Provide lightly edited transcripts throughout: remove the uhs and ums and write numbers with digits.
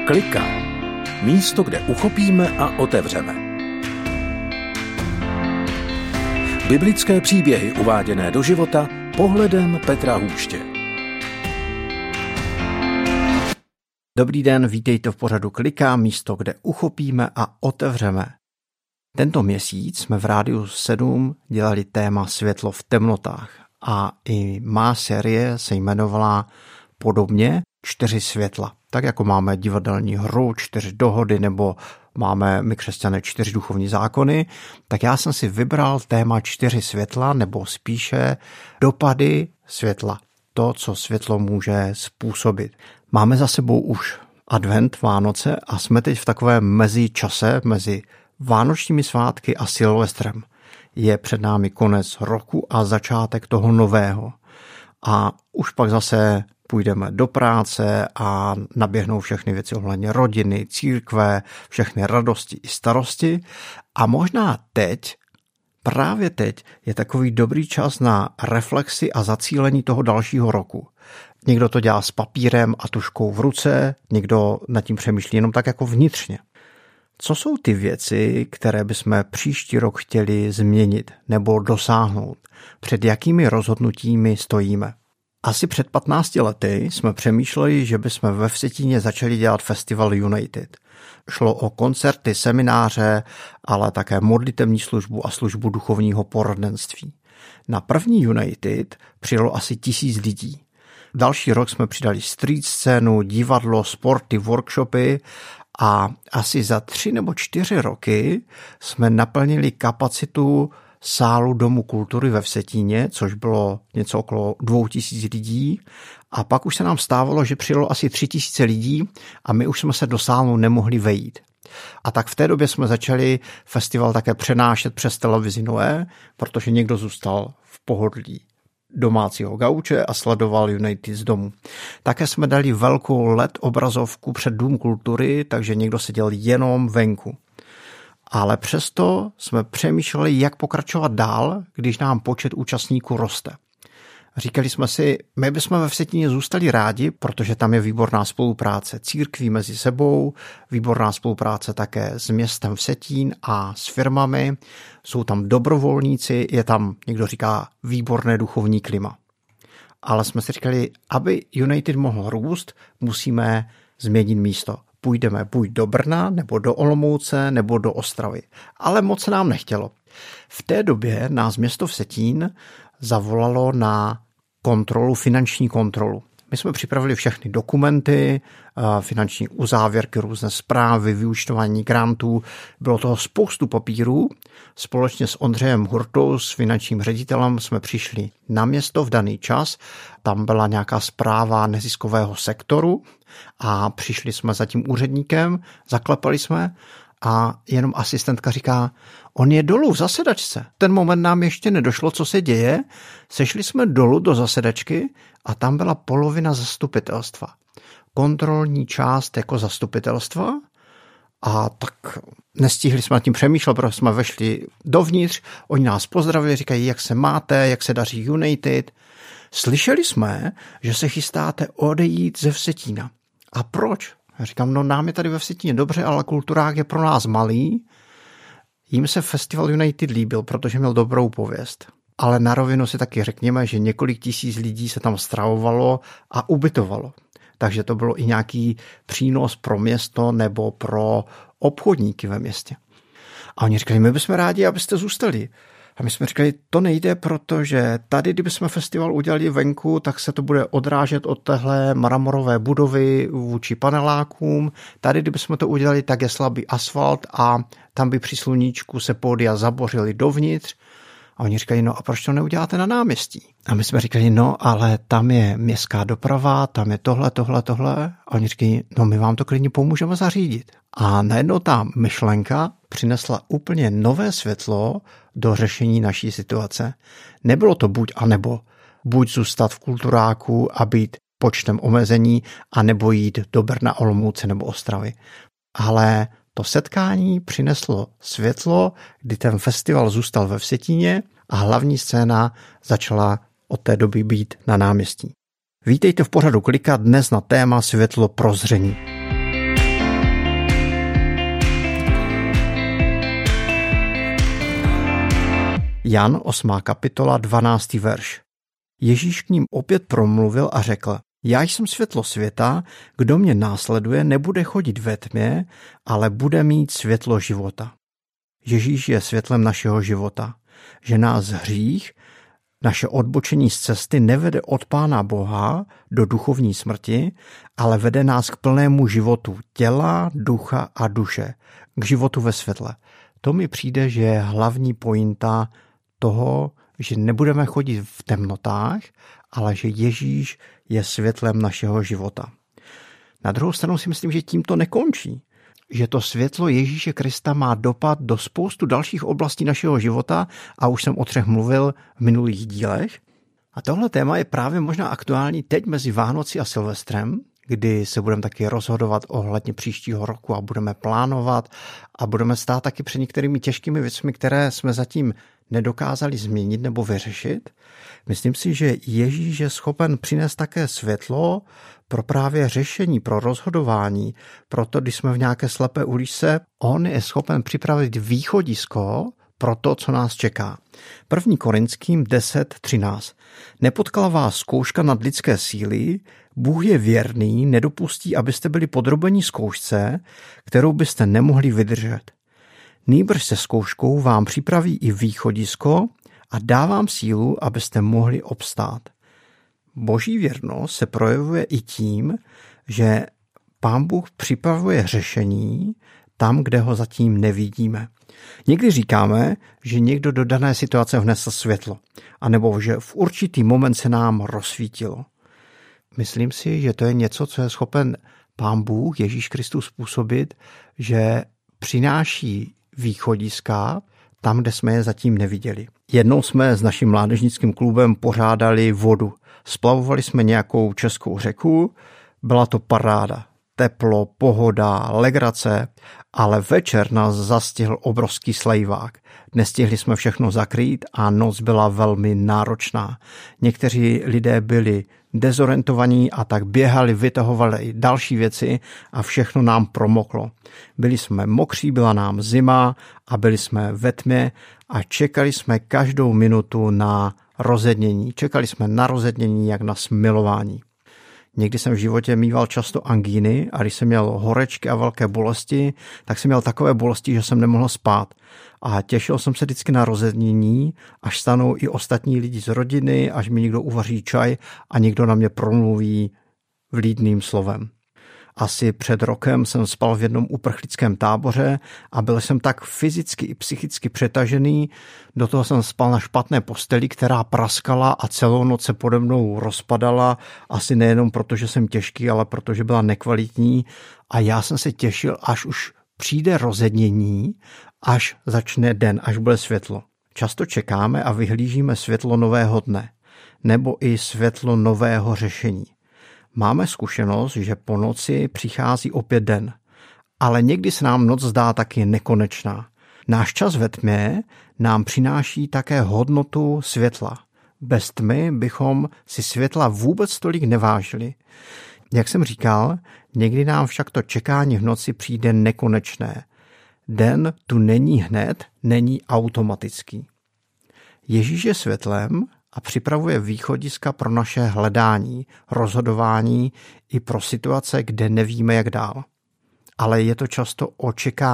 Klika. Místo, kde uchopíme a otevřeme. Biblické příběhy uváděné do života pohledem Petra Hůště. Dobrý den, vítejte v pořadu Klika, místo, kde uchopíme a otevřeme. Tento měsíc jsme v Rádiu 7 dělali téma Světlo v temnotách a i má série se jmenovala podobně 4 světla. Tak jako máme divadelní hru 4 dohody nebo máme my křesťané 4 duchovní zákony, tak já jsem si vybral téma 4 světla nebo spíše dopady světla. To, co světlo může způsobit. Máme za sebou už advent, Vánoce a jsme teď v takovém mezičase mezi vánočními svátky a Silvestrem. Je před námi konec roku a začátek toho nového. A už pak zase půjdeme do práce a naběhnou všechny věci ohledně rodiny, církve, všechny radosti i starosti. A možná teď, právě teď, je takový dobrý čas na reflexi a zacílení toho dalšího roku. Někdo to dělá s papírem a tužkou v ruce, někdo nad tím přemýšlí jenom tak jako vnitřně. Co jsou ty věci, které bychom příští rok chtěli změnit nebo dosáhnout? Před jakými rozhodnutími stojíme? Asi před 15 lety jsme přemýšleli, že bychom ve Vsetíně začali dělat festival United. Šlo o koncerty, semináře, ale také modlitevní službu a službu duchovního poradenství. Na první United přijelo asi 1000 lidí. Další rok jsme přidali street scénu, divadlo, sporty, workshopy a asi za 3 nebo 4 roky jsme naplnili kapacitu sálu Domu kultury ve Vsetíně, což bylo něco okolo 2000 lidí. A pak už se nám stávalo, že přijelo asi 3000 lidí a my už jsme se do sálu nemohli vejít. A tak v té době jsme začali festival také přenášet přes televizi Noé, protože někdo zůstal v pohodlí domácího gauče a sledoval United z domu. Také jsme dali velkou LED obrazovku před Dům kultury, takže někdo seděl jenom venku. Ale přesto jsme přemýšleli, jak pokračovat dál, když nám počet účastníků roste. Říkali jsme si, my bychom ve Vsetíně zůstali rádi, protože tam je výborná spolupráce církví mezi sebou, výborná spolupráce také s městem Vsetín a s firmami, jsou tam dobrovolníci, je tam, někdo říká, výborné duchovní klima. Ale jsme si říkali, aby United mohl růst, musíme změnit místo. Půjdeme buď do Brna, nebo do Olomouce, nebo do Ostravy. Ale moc se nám nechtělo. V té době nás město Vsetín zavolalo na kontrolu, finanční kontrolu. My jsme připravili všechny dokumenty, finanční uzávěrky, různé zprávy, vyúčtování grantů. Bylo toho spoustu papírů. Společně s Ondřejem Hurtou, s finančním ředitelem, jsme přišli na město v daný čas. Tam byla nějaká zpráva neziskového sektoru a přišli jsme za tím úředníkem, zaklepali jsme a jenom asistentka říká, on je dolů v zasedačce. Ten moment nám ještě nedošlo, co se děje. Sešli jsme dolů do zasedačky a tam byla polovina zastupitelstva. Kontrolní část jako zastupitelstva a tak nestihli jsme nad tím přemýšlet, protože jsme vešli dovnitř, oni nás pozdravili, říkají, jak se máte, jak se daří United. Slyšeli jsme, že se chystáte odejít ze Vsetína. A proč? Já říkám, no nám je tady ve Vsetíně dobře, ale kulturák je pro nás malý. Jím se Festival United líbil, protože měl dobrou pověst. Ale na rovinu si taky řekněme, že několik tisíc lidí se tam stravovalo a ubytovalo. Takže to bylo i nějaký přínos pro město nebo pro obchodníky ve městě. A oni říkali, my bychom rádi, abyste zůstali. A my jsme říkali, to nejde, protože tady, kdybychom festival udělali venku, tak se to bude odrážet od téhle mramorové budovy vůči panelákům. Tady, kdybychom to udělali, tak je slabý asfalt a tam by při sluníčku se pódia zabořili dovnitř. A oni říkají, no a proč to neuděláte na náměstí? A my jsme říkali, no ale tam je městská doprava, tam je tohle. A oni říkají, no my vám to klidně pomůžeme zařídit. A najednou ta myšlenka přinesla úplně nové světlo do řešení naší situace. Nebylo to buď a nebo. Buď zůstat v kulturáku a být počtem omezení, a nebo jít do Brna, Olomouce nebo Ostravy. Ale to setkání přineslo světlo, kdy ten festival zůstal ve Vsetíně a hlavní scéna začala od té doby být na náměstí. Vítejte v pořadu Klika dnes na téma světlo prozření. Jan 8. kapitola 12. verš. Ježíš k ním opět promluvil a řekl: Já jsem světlo světa, kdo mě následuje, nebude chodit ve tmě, ale bude mít světlo života. Ježíš je světlem našeho života, že nás hřích, naše odbočení z cesty nevede od Pána Boha do duchovní smrti, ale vede nás k plnému životu těla, ducha a duše, k životu ve světle. To mi přijde, že je hlavní pointa toho, že nebudeme chodit v temnotách, ale že Ježíš je světlem našeho života. Na druhou stranu si myslím, že tím to nekončí. Že to světlo Ježíše Krista má dopad do spoustu dalších oblastí našeho života a už jsem o 3 mluvil v minulých dílech. A tohle téma je právě možná aktuální teď mezi Vánoci a Silvestrem, kdy se budeme taky rozhodovat ohledně příštího roku a budeme plánovat a budeme stát taky před některými těžkými věcmi, které jsme zatím nedokázali změnit nebo vyřešit. Myslím si, že Ježíš je schopen přinést také světlo pro právě řešení, pro rozhodování. Proto, když jsme v nějaké slepé uličce, on je schopen připravit východisko pro to, co nás čeká. 1. Korinským 10.13. Nepotkala vás zkouška nad lidské síly, Bůh je věrný, nedopustí, abyste byli podrobeni zkoušce, kterou byste nemohli vydržet. Nýbrž se zkouškou vám připraví i východisko a dá vám sílu, abyste mohli obstát. Boží věrnost se projevuje i tím, že Pán Bůh připravuje řešení tam, kde ho zatím nevidíme. Někdy říkáme, že někdo do dané situace vnesl světlo, anebo že v určitý moment se nám rozsvítilo. Myslím si, že to je něco, co je schopen Pán Bůh, Ježíš Kristus způsobit, že přináší východiska tam, kde jsme je zatím neviděli. Jednou jsme s naším mládežnickým klubem pořádali vodu. Splavovali jsme nějakou českou řeku, byla to paráda. Teplo, pohoda, legrace, ale večer nás zastihl obrovský slejvák. Nestihli jsme všechno zakrýt a noc byla velmi náročná. Někteří lidé byli dezorientovaní a tak běhali, vytahovali další věci a všechno nám promoklo. Byli jsme mokří, byla nám zima a byli jsme ve tmě a čekali jsme každou minutu na rozednění. Čekali jsme na rozednění jak na smilování. Někdy jsem v životě mýval často angíny a když jsem měl horečky a velké bolesti, tak jsem měl takové bolesti, že jsem nemohl spát. A těšil jsem se vždycky na rozednění, až stanou i ostatní lidi z rodiny, až mi někdo uvaří čaj a někdo na mě promluví vlídným slovem. Asi před rokem jsem spal v jednom uprchlickém táboře a byl jsem tak fyzicky i psychicky přetažený. Do toho jsem spal na špatné posteli, která praskala a celou noc se pode mnou rozpadala. Asi nejenom proto, že jsem těžký, ale protože byla nekvalitní. A já jsem se těšil, až už přijde rozednění, až začne den, až bude světlo. Často čekáme a vyhlížíme světlo nového dne, nebo i světlo nového řešení. Máme zkušenost, že po noci přichází opět den, ale někdy se nám noc zdá taky nekonečná. Náš čas ve tmě nám přináší také hodnotu světla. Bez tmy bychom si světla vůbec tolik nevážili. Jak jsem říkal, někdy nám však to čekání v noci přijde nekonečné. Den tu není hned, není automatický. Ježíš je světlem a připravuje východiska pro naše hledání, rozhodování i pro situace, kde nevíme, jak dál. Ale je to často o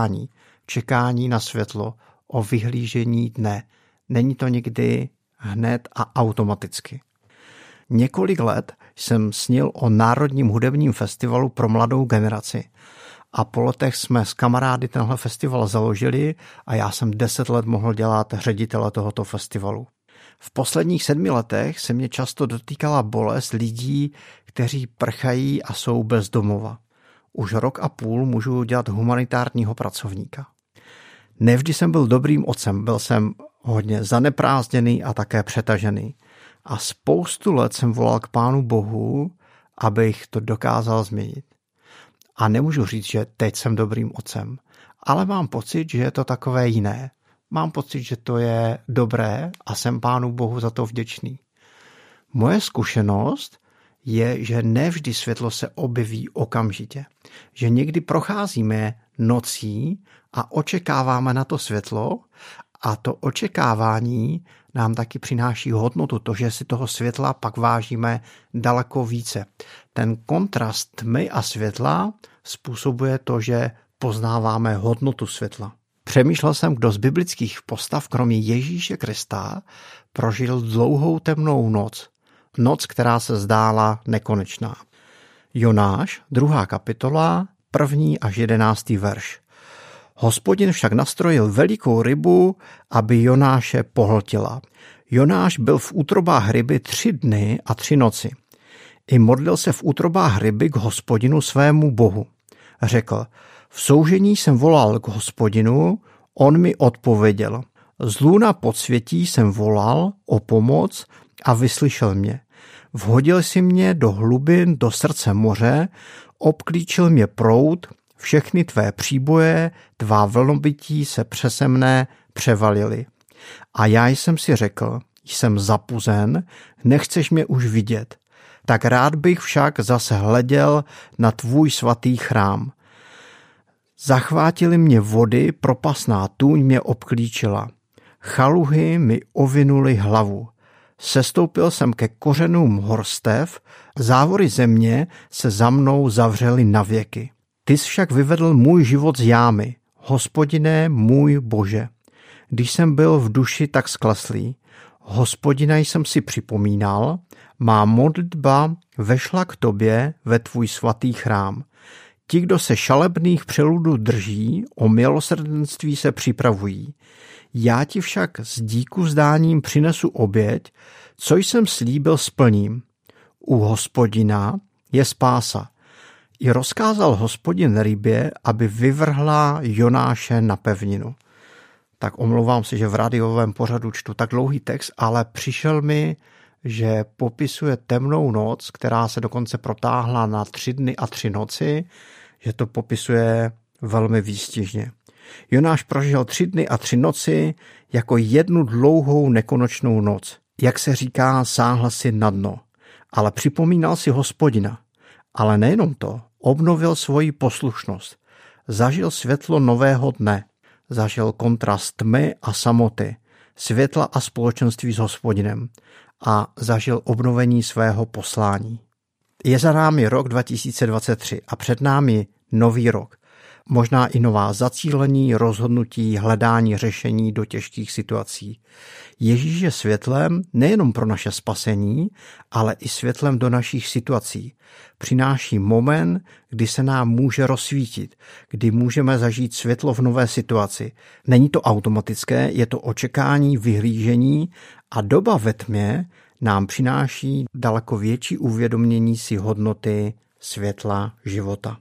čekání na světlo, o vyhlížení dne. Není to někdy hned a automaticky. Několik let jsem snil o Národním hudebním festivalu pro mladou generaci. A po letech jsme s kamarády tenhle festival založili a já jsem 10 let mohl dělat ředitele tohoto festivalu. V posledních 7 letech se mě často dotýkala bolest lidí, kteří prchají a jsou bez domova. Už 1,5 roku můžu dělat humanitárního pracovníka. Nevždy jsem byl dobrým otcem, byl jsem hodně zaneprázdněný a také přetažený. A spoustu let jsem volal k Pánu Bohu, abych to dokázal změnit. A nemůžu říct, že teď jsem dobrým otcem, ale mám pocit, že je to takové jiné. Mám pocit, že to je dobré a jsem Pánu Bohu za to vděčný. Moje zkušenost je, že nevždy světlo se objeví okamžitě. Že někdy procházíme nocí a očekáváme na to světlo A to očekávání nám taky přináší hodnotu, to, že si toho světla pak vážíme daleko více. Ten kontrast tmy a světla způsobuje to, že poznáváme hodnotu světla. Přemýšlel jsem, kdo z biblických postav, kromě Ježíše Krista, prožil dlouhou temnou noc. Noc, která se zdála nekonečná. Jonáš, 2. kapitola, 1. až 11. verš. Hospodin však nastrojil velikou rybu, aby Jonáše pohltila. Jonáš byl v útrobách ryby 3 dny a 3 noci. I modlil se v útrobách ryby k Hospodinu svému Bohu. Řekl, v soužení jsem volal k Hospodinu, on mi odpověděl. Z lůna podsvětí jsem volal o pomoc a vyslyšel mě. Vhodil si mě do hlubin, do srdce moře, obklíčil mě proud, všechny tvé příboje, tvá vlnobytí se přese mne převalily. A já jsem si řekl, jsem zapuzen, nechceš mě už vidět. Tak rád bych však zase hleděl na tvůj svatý chrám. Zachvátily mě vody, propastná tůň mě obklíčila. Chaluhy mi ovinuly hlavu. Sestoupil jsem ke kořenům horstev, závory země se za mnou zavřely navěky. Ty jsi však vyvedl můj život z jámy, Hospodine můj Bože. Když jsem byl v duši tak skleslý, Hospodina jsem si připomínal, má modlitba vešla k tobě ve tvůj svatý chrám. Ti, kdo se šalebných přeludů drží, o milosrdenství se připravují. Já ti však s díku vzdáním přinesu oběť, co jsem slíbil splním. U Hospodina je spása. I rozkázal Hospodin rybě, aby vyvrhla Jonáše na pevninu. Tak omlouvám se, že v rádiovém pořadu čtu tak dlouhý text, ale přišel mi, že popisuje temnou noc, která se dokonce protáhla na 3 dny a 3 noci, že to popisuje velmi výstižně. Jonáš prožil 3 dny a 3 noci jako jednu dlouhou nekonečnou noc. Jak se říká, sáhl si na dno, ale připomínal si Hospodina. Ale nejenom to, obnovil svoji poslušnost. Zažil světlo nového dne. Zažil kontrast tmy a samoty, světla a společenství s Hospodinem a zažil obnovení svého poslání. Je za námi rok 2023 a před námi nový rok. Možná i nová zacílení, rozhodnutí, hledání řešení do těžkých situací. Ježíš je světlem nejenom pro naše spasení, ale i světlem do našich situací. Přináší moment, kdy se nám může rozsvítit, kdy můžeme zažít světlo v nové situaci. Není to automatické, je to očekání, vyhlížení a doba ve tmě nám přináší daleko větší uvědomění si hodnoty světla života.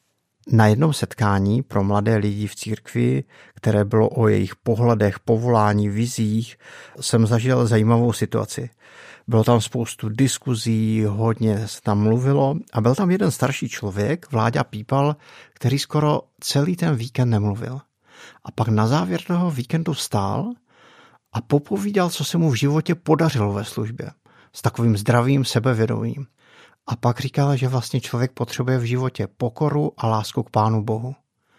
Na jednom setkání pro mladé lidi v církvi, které bylo o jejich pohledech, povolání, vizích, jsem zažil zajímavou situaci. Bylo tam spoustu diskuzí, hodně se tam mluvilo a byl tam jeden starší člověk, Vláďa Pípal, který skoro celý ten víkend nemluvil. A pak na závěr toho víkendu vstál a popovídal, co se mu v životě podařilo ve službě. S takovým zdravým sebevědomím. A pak říkala, že vlastně člověk potřebuje v životě pokoru a lásku k Pánu Bohu.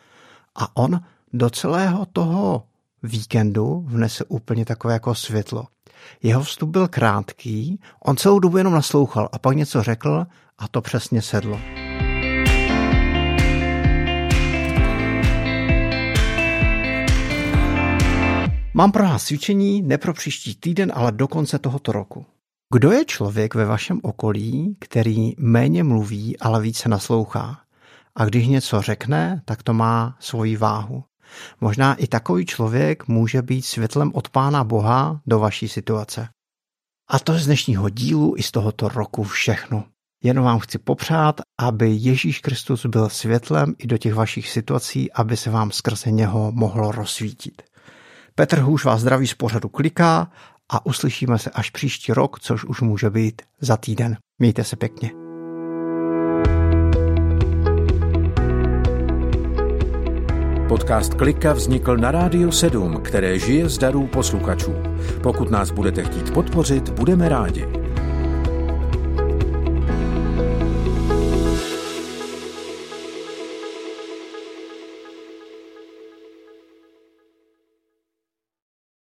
A on do celého toho víkendu vnese úplně takové jako světlo. Jeho vstup byl krátký, on celou dobu jenom naslouchal a pak něco řekl a to přesně sedlo. Mám pro nás cvičení ne pro příští týden, ale do konce tohoto roku. Kdo je člověk ve vašem okolí, který méně mluví, ale více naslouchá? A když něco řekne, tak to má svoji váhu. Možná i takový člověk může být světlem od Pána Boha do vaší situace. A to je z dnešního dílu i z tohoto roku všechno. Jenom vám chci popřát, aby Ježíš Kristus byl světlem i do těch vašich situací, aby se vám skrze něho mohlo rozsvítit. Petr Hůš vás zdraví z pořadu Kliká a uslyšíme se až příští rok, což už může být za týden. Mějte se pěkně. Podcast Klika vznikl na Rádiu 7, které žije z darů posluchačů. Pokud nás budete chtít podpořit, budeme rádi.